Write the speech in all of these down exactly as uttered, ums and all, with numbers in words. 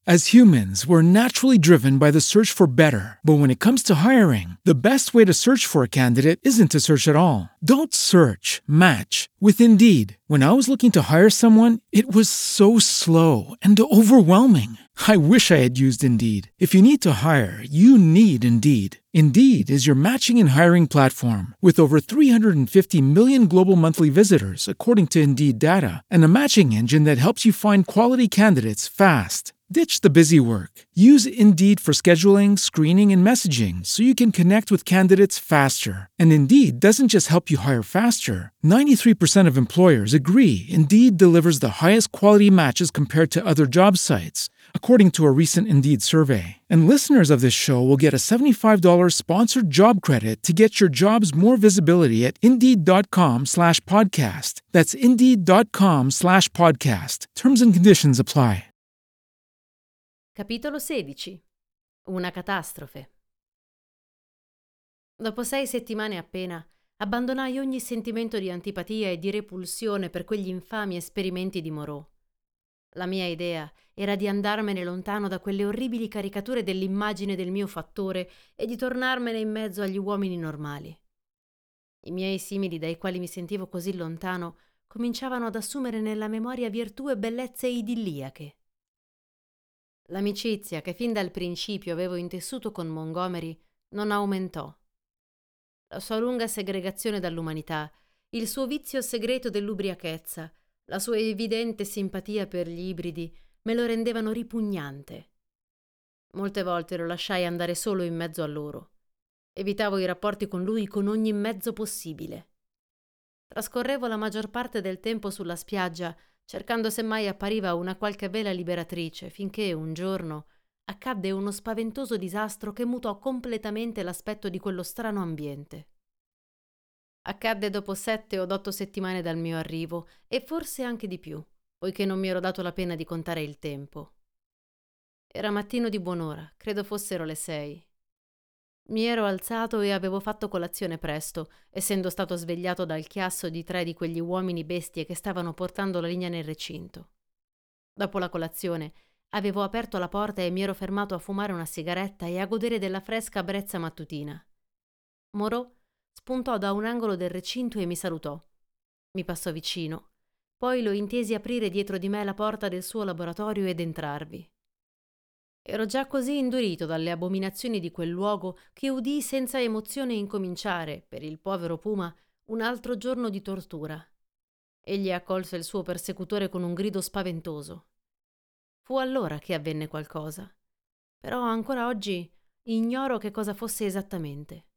As humans, we're naturally driven by the search for better. But when it comes to hiring, the best way to search for a candidate isn't to search at all. Don't search, match with Indeed. When I was looking to hire someone, it was so slow and overwhelming. I wish I had used Indeed. If you need to hire, you need Indeed. Indeed is your matching and hiring platform with over three hundred fifty million global monthly visitors, according to Indeed data, and a matching engine that helps you find quality candidates fast. Ditch the busy work. Use Indeed for scheduling, screening, and messaging so you can connect with candidates faster. And Indeed doesn't just help you hire faster. ninety-three percent of employers agree Indeed delivers the highest quality matches compared to other job sites, according to a recent Indeed survey. And listeners of this show will get a seventy-five dollars sponsored job credit to get your jobs more visibility at Indeed.com slash podcast. That's Indeed.com slash podcast. Terms and conditions apply. Capitolo sedici. Una catastrofe. Dopo sei settimane appena, abbandonai ogni sentimento di antipatia e di repulsione per quegli infami esperimenti di Moreau. La mia idea era di andarmene lontano da quelle orribili caricature dell'immagine del mio fattore e di tornarmene in mezzo agli uomini normali. I miei simili dai quali mi sentivo così lontano cominciavano ad assumere nella memoria virtù e bellezze idilliache. L'amicizia che fin dal principio avevo intessuto con Montgomery non aumentò. La sua lunga segregazione dall'umanità, il suo vizio segreto dell'ubriachezza, la sua evidente simpatia per gli ibridi me lo rendevano ripugnante. Molte volte lo lasciai andare solo in mezzo a loro. Evitavo i rapporti con lui con ogni mezzo possibile. Trascorrevo la maggior parte del tempo sulla spiaggia, cercando se mai appariva una qualche vela liberatrice, finché un giorno accadde uno spaventoso disastro che mutò completamente l'aspetto di quello strano ambiente. Accadde dopo sette od otto settimane dal mio arrivo, e forse anche di più, poiché non mi ero dato la pena di contare il tempo. Era mattino di buon'ora, credo fossero le sei. Mi ero alzato e avevo fatto colazione presto, essendo stato svegliato dal chiasso di tre di quegli uomini bestie che stavano portando la linea nel recinto. Dopo la colazione avevo aperto la porta e mi ero fermato a fumare una sigaretta e a godere della fresca brezza mattutina. Moreau spuntò da un angolo del recinto e mi salutò. Mi passò vicino, poi lo intesi aprire dietro di me la porta del suo laboratorio ed entrarvi. Ero già così indurito dalle abominazioni di quel luogo che udii senza emozione incominciare, per il povero Puma, un altro giorno di tortura. Egli accolse il suo persecutore con un grido spaventoso. Fu allora che avvenne qualcosa, però ancora oggi ignoro che cosa fosse esattamente.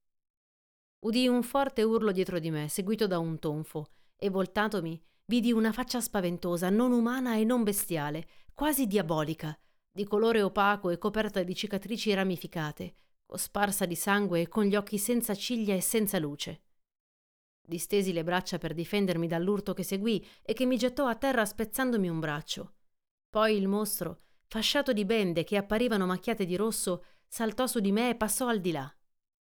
Udii un forte urlo dietro di me, seguito da un tonfo, e voltatomi vidi una faccia spaventosa, non umana e non bestiale, quasi diabolica, di colore opaco e coperta di cicatrici ramificate, cosparsa di sangue e con gli occhi senza ciglia e senza luce. Distesi le braccia per difendermi dall'urto che seguì e che mi gettò a terra spezzandomi un braccio. Poi il mostro, fasciato di bende che apparivano macchiate di rosso, saltò su di me e passò al di là.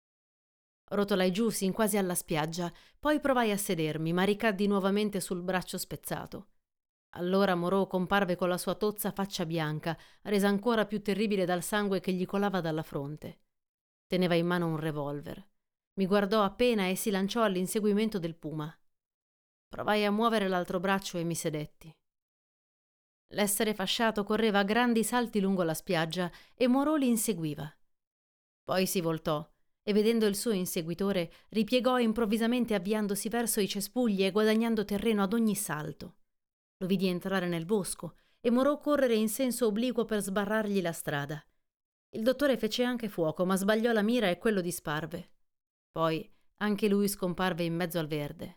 Rotolai giù sin quasi alla spiaggia, poi provai a sedermi, ma ricaddi nuovamente sul braccio spezzato. Allora Moreau comparve con la sua tozza faccia bianca, resa ancora più terribile dal sangue che gli colava dalla fronte. Teneva in mano un revolver. Mi guardò appena e si lanciò all'inseguimento del Puma. Provai a muovere l'altro braccio e mi sedetti. L'essere fasciato correva a grandi salti lungo la spiaggia e Moreau li inseguiva. Poi si voltò e, vedendo il suo inseguitore, ripiegò improvvisamente avviandosi verso i cespugli e guadagnando terreno ad ogni salto. Lo vidi entrare nel bosco e Moreau correre in senso obliquo per sbarrargli la strada. Il dottore fece anche fuoco, ma sbagliò la mira e quello disparve. Poi anche lui scomparve in mezzo al verde.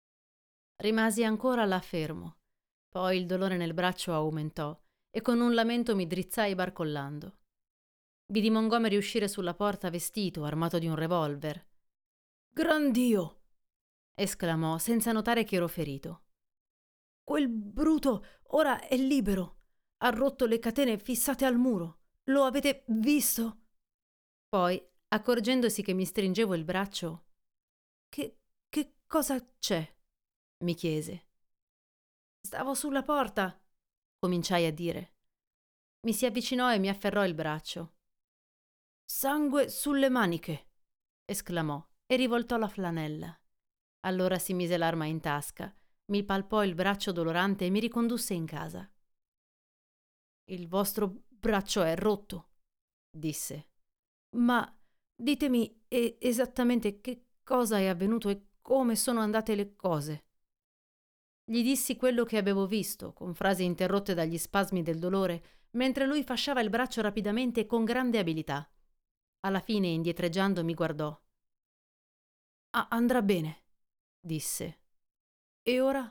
Rimasi ancora là fermo. Poi il dolore nel braccio aumentò e con un lamento mi drizzai barcollando. Vidi Montgomery uscire sulla porta vestito, armato di un revolver. «Gran Dio!» esclamò, senza notare che ero ferito. «Quel bruto ora è libero. Ha rotto le catene fissate al muro. Lo avete visto?» Poi, accorgendosi che mi stringevo il braccio, «Che, che cosa c'è?» mi chiese. «Stavo sulla porta», cominciai a dire. Mi si avvicinò e mi afferrò il braccio. «Sangue sulle maniche!» esclamò e rivoltò la flanella. Allora si mise l'arma in tasca, mi palpò il braccio dolorante e mi ricondusse in casa. «Il vostro braccio è rotto», disse. «Ma ditemi e- esattamente che cosa è avvenuto e come sono andate le cose». Gli dissi quello che avevo visto, con frasi interrotte dagli spasmi del dolore, mentre lui fasciava il braccio rapidamente e con grande abilità. Alla fine, indietreggiando, mi guardò. «Ah, andrà bene», disse. «E ora?»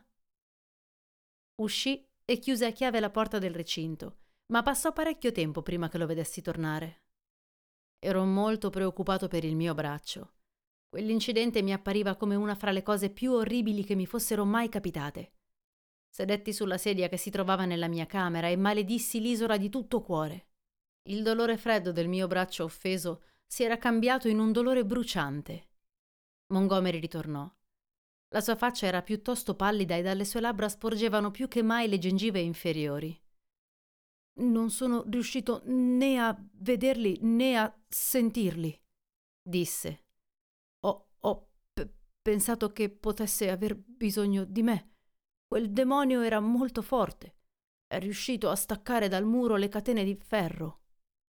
Uscì e chiuse a chiave la porta del recinto, ma passò parecchio tempo prima che lo vedessi tornare. Ero molto preoccupato per il mio braccio. Quell'incidente mi appariva come una fra le cose più orribili che mi fossero mai capitate. Sedetti sulla sedia che si trovava nella mia camera e maledissi l'isola di tutto cuore. Il dolore freddo del mio braccio offeso si era cambiato in un dolore bruciante. Montgomery ritornò. La sua faccia era piuttosto pallida e dalle sue labbra sporgevano più che mai le gengive inferiori. «Non sono riuscito né a vederli né a sentirli», disse. «Ho, ho p- pensato che potesse aver bisogno di me. Quel demonio era molto forte. È riuscito a staccare dal muro le catene di ferro».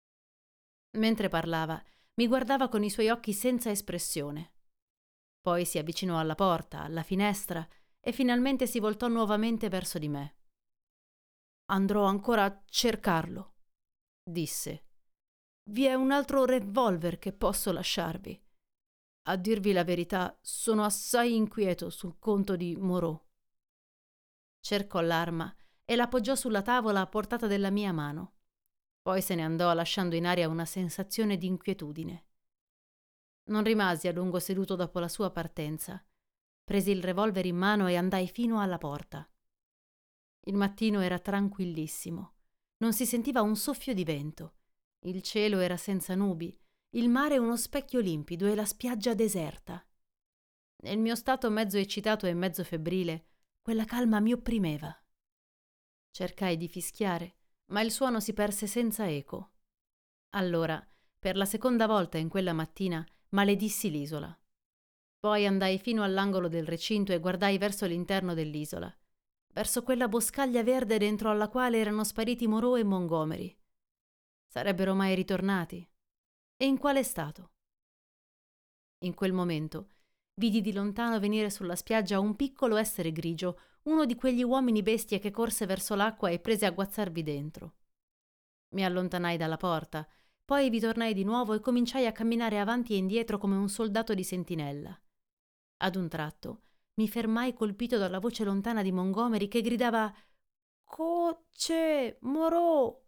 Mentre parlava, mi guardava con i suoi occhi senza espressione. Poi si avvicinò alla porta, alla finestra e finalmente si voltò nuovamente verso di me. «Andrò ancora a cercarlo», disse. «Vi è un altro revolver che posso lasciarvi. A dirvi la verità, sono assai inquieto sul conto di Moreau». Cercò l'arma e l'appoggiò sulla tavola a portata della mia mano. Poi se ne andò lasciando in aria una sensazione di inquietudine. Non rimasi a lungo seduto dopo la sua partenza. Presi il revolver in mano e andai fino alla porta. Il mattino era tranquillissimo. Non si sentiva un soffio di vento. Il cielo era senza nubi, il mare uno specchio limpido e la spiaggia deserta. Nel mio stato mezzo eccitato e mezzo febbrile, quella calma mi opprimeva. Cercai di fischiare, ma il suono si perse senza eco. Allora, per la seconda volta in quella mattina, maledissi l'isola. Poi andai fino all'angolo del recinto e guardai verso l'interno dell'isola, verso quella boscaglia verde dentro alla quale erano spariti Moreau e Montgomery. Sarebbero mai ritornati? E in quale stato? In quel momento vidi di lontano venire sulla spiaggia un piccolo essere grigio, uno di quegli uomini bestie che corse verso l'acqua e prese a guazzarvi dentro. Mi allontanai dalla porta, poi vi tornai di nuovo e cominciai a camminare avanti e indietro come un soldato di sentinella. Ad un tratto mi fermai colpito dalla voce lontana di Montgomery che gridava «Coce! Moreau!».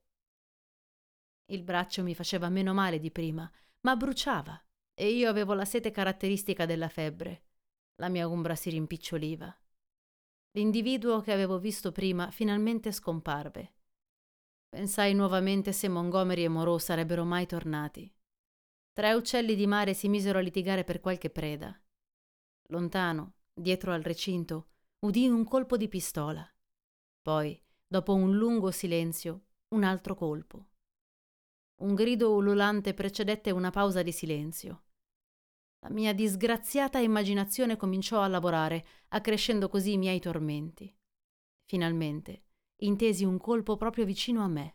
Il braccio mi faceva meno male di prima, ma bruciava e io avevo la sete caratteristica della febbre. La mia ombra si rimpiccioliva. L'individuo che avevo visto prima finalmente scomparve. Pensai nuovamente se Montgomery e Moreau sarebbero mai tornati. Tre uccelli di mare si misero a litigare per qualche preda. Lontano, dietro al recinto, udii un colpo di pistola. Poi, dopo un lungo silenzio, un altro colpo. Un grido ululante precedette una pausa di silenzio. La mia disgraziata immaginazione cominciò a lavorare, accrescendo così i miei tormenti. Finalmente intesi un colpo proprio vicino a me.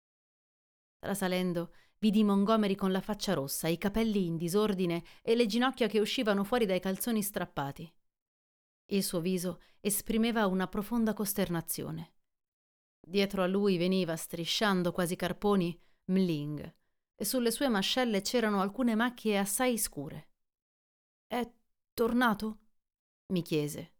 Trasalendo, vidi Montgomery con la faccia rossa, i capelli in disordine e le ginocchia che uscivano fuori dai calzoni strappati. Il suo viso esprimeva una profonda costernazione. Dietro a lui veniva, strisciando quasi carponi, Mling, e sulle sue mascelle c'erano alcune macchie assai scure. «È tornato?» mi chiese.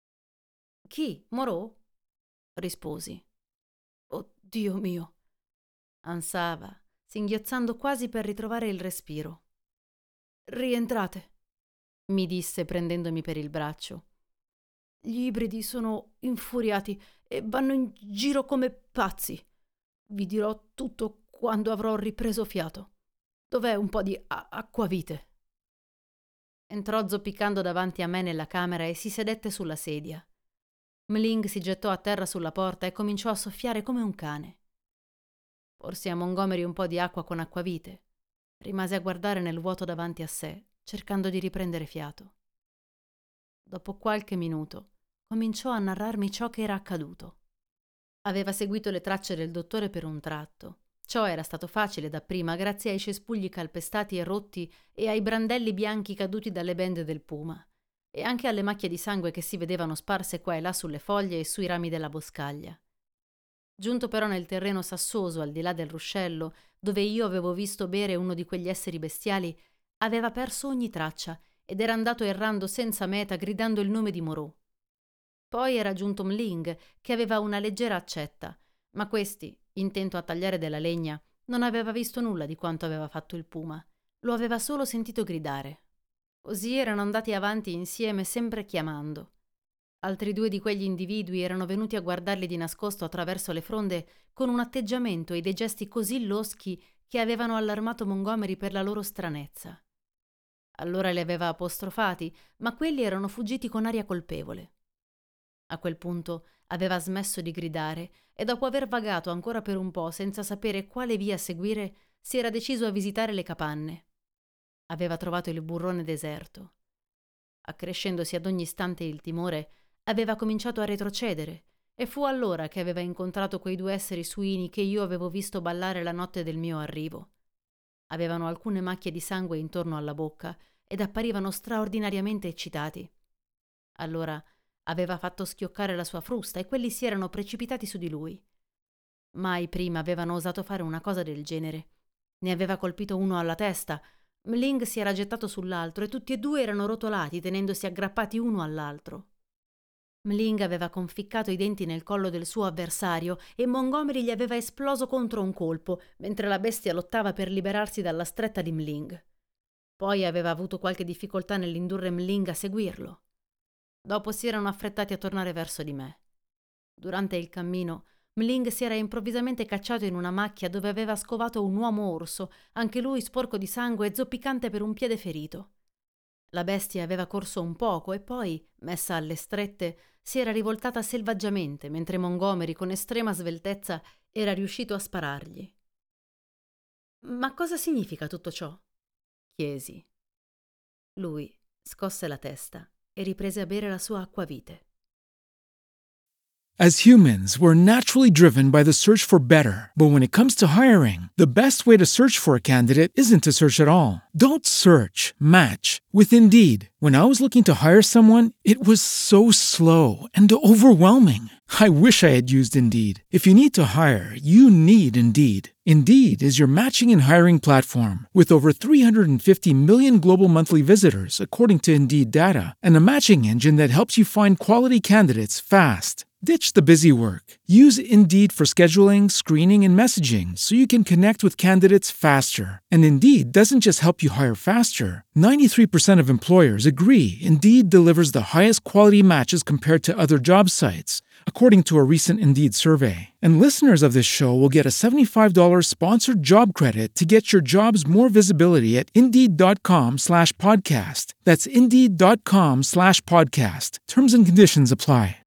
«Chi? Moreau?» risposi. «Oh Dio mio!» ansava, singhiozzando quasi per ritrovare il respiro. «Rientrate», mi disse prendendomi per il braccio. «Gli ibridi sono infuriati e vanno in giro come pazzi. Vi dirò tutto quando avrò ripreso fiato. Dov'è un po' di a- acquavite?» Entrò zoppicando davanti a me nella camera e si sedette sulla sedia. Mling si gettò a terra sulla porta e cominciò a soffiare come un cane. porsi a Montgomery un po' di acqua con acquavite. Rimase a guardare nel vuoto davanti a sé, cercando di riprendere fiato. Dopo qualche minuto cominciò a narrarmi ciò che era accaduto. Aveva seguito le tracce del dottore per un tratto. Ciò era stato facile dapprima grazie ai cespugli calpestati e rotti e ai brandelli bianchi caduti dalle bende del puma, e anche alle macchie di sangue che si vedevano sparse qua e là sulle foglie e sui rami della boscaglia. Giunto però nel terreno sassoso al di là del ruscello, dove io avevo visto bere uno di quegli esseri bestiali, aveva perso ogni traccia ed era andato errando senza meta gridando il nome di Moreau. Poi era giunto Mling, che aveva una leggera accetta, ma questi, intento a tagliare della legna, non aveva visto nulla di quanto aveva fatto il puma. Lo aveva solo sentito gridare. Così erano andati avanti insieme, sempre chiamando. Altri due di quegli individui erano venuti a guardarli di nascosto attraverso le fronde con un atteggiamento e dei gesti così loschi che avevano allarmato Montgomery per la loro stranezza. Allora li aveva apostrofati, ma quelli erano fuggiti con aria colpevole. A quel punto aveva smesso di gridare e dopo aver vagato ancora per un po' senza sapere quale via seguire, si era deciso a visitare le capanne. Aveva trovato il burrone deserto. Accrescendosi ad ogni istante il timore, aveva cominciato a retrocedere e fu allora che aveva incontrato quei due esseri suini che io avevo visto ballare la notte del mio arrivo. Avevano alcune macchie di sangue intorno alla bocca ed apparivano straordinariamente eccitati. Allora aveva fatto schioccare la sua frusta e quelli si erano precipitati su di lui. Mai prima avevano osato fare una cosa del genere. Ne aveva colpito uno alla testa. Mling si era gettato sull'altro e tutti e due erano rotolati, tenendosi aggrappati uno all'altro. Mling aveva conficcato i denti nel collo del suo avversario e Montgomery gli aveva esploso contro un colpo, mentre la bestia lottava per liberarsi dalla stretta di Mling. Poi aveva avuto qualche difficoltà nell'indurre Mling a seguirlo. Dopo si erano affrettati a tornare verso di me. Durante il cammino, Mling si era improvvisamente cacciato in una macchia dove aveva scovato un uomo orso, anche lui sporco di sangue e zoppicante per un piede ferito. La bestia aveva corso un poco e poi, messa alle strette, si era rivoltata selvaggiamente, mentre Montgomery, con estrema sveltezza, era riuscito a sparargli. «Ma cosa significa tutto ciò?» chiesi. Lui scosse la testa e riprese a bere la sua acquavite. As humans, we're naturally driven by the search for better. But when it comes to hiring, the best way to search for a candidate isn't to search at all. Don't search, match with Indeed. When I was looking to hire someone, it was so slow and overwhelming. I wish I had used Indeed. If you need to hire, you need Indeed. Indeed is your matching and hiring platform with over three hundred fifty million global monthly visitors, according to Indeed data, and a matching engine that helps you find quality candidates fast. Ditch the busy work. Use Indeed for scheduling, screening, and messaging so you can connect with candidates faster. And Indeed doesn't just help you hire faster. ninety-three percent of employers agree Indeed delivers the highest quality matches compared to other job sites, according to a recent Indeed survey. And listeners of this show will get a seventy-five dollars sponsored job credit to get your jobs more visibility at Indeed.com slash podcast. That's Indeed.com slash podcast. Terms and conditions apply.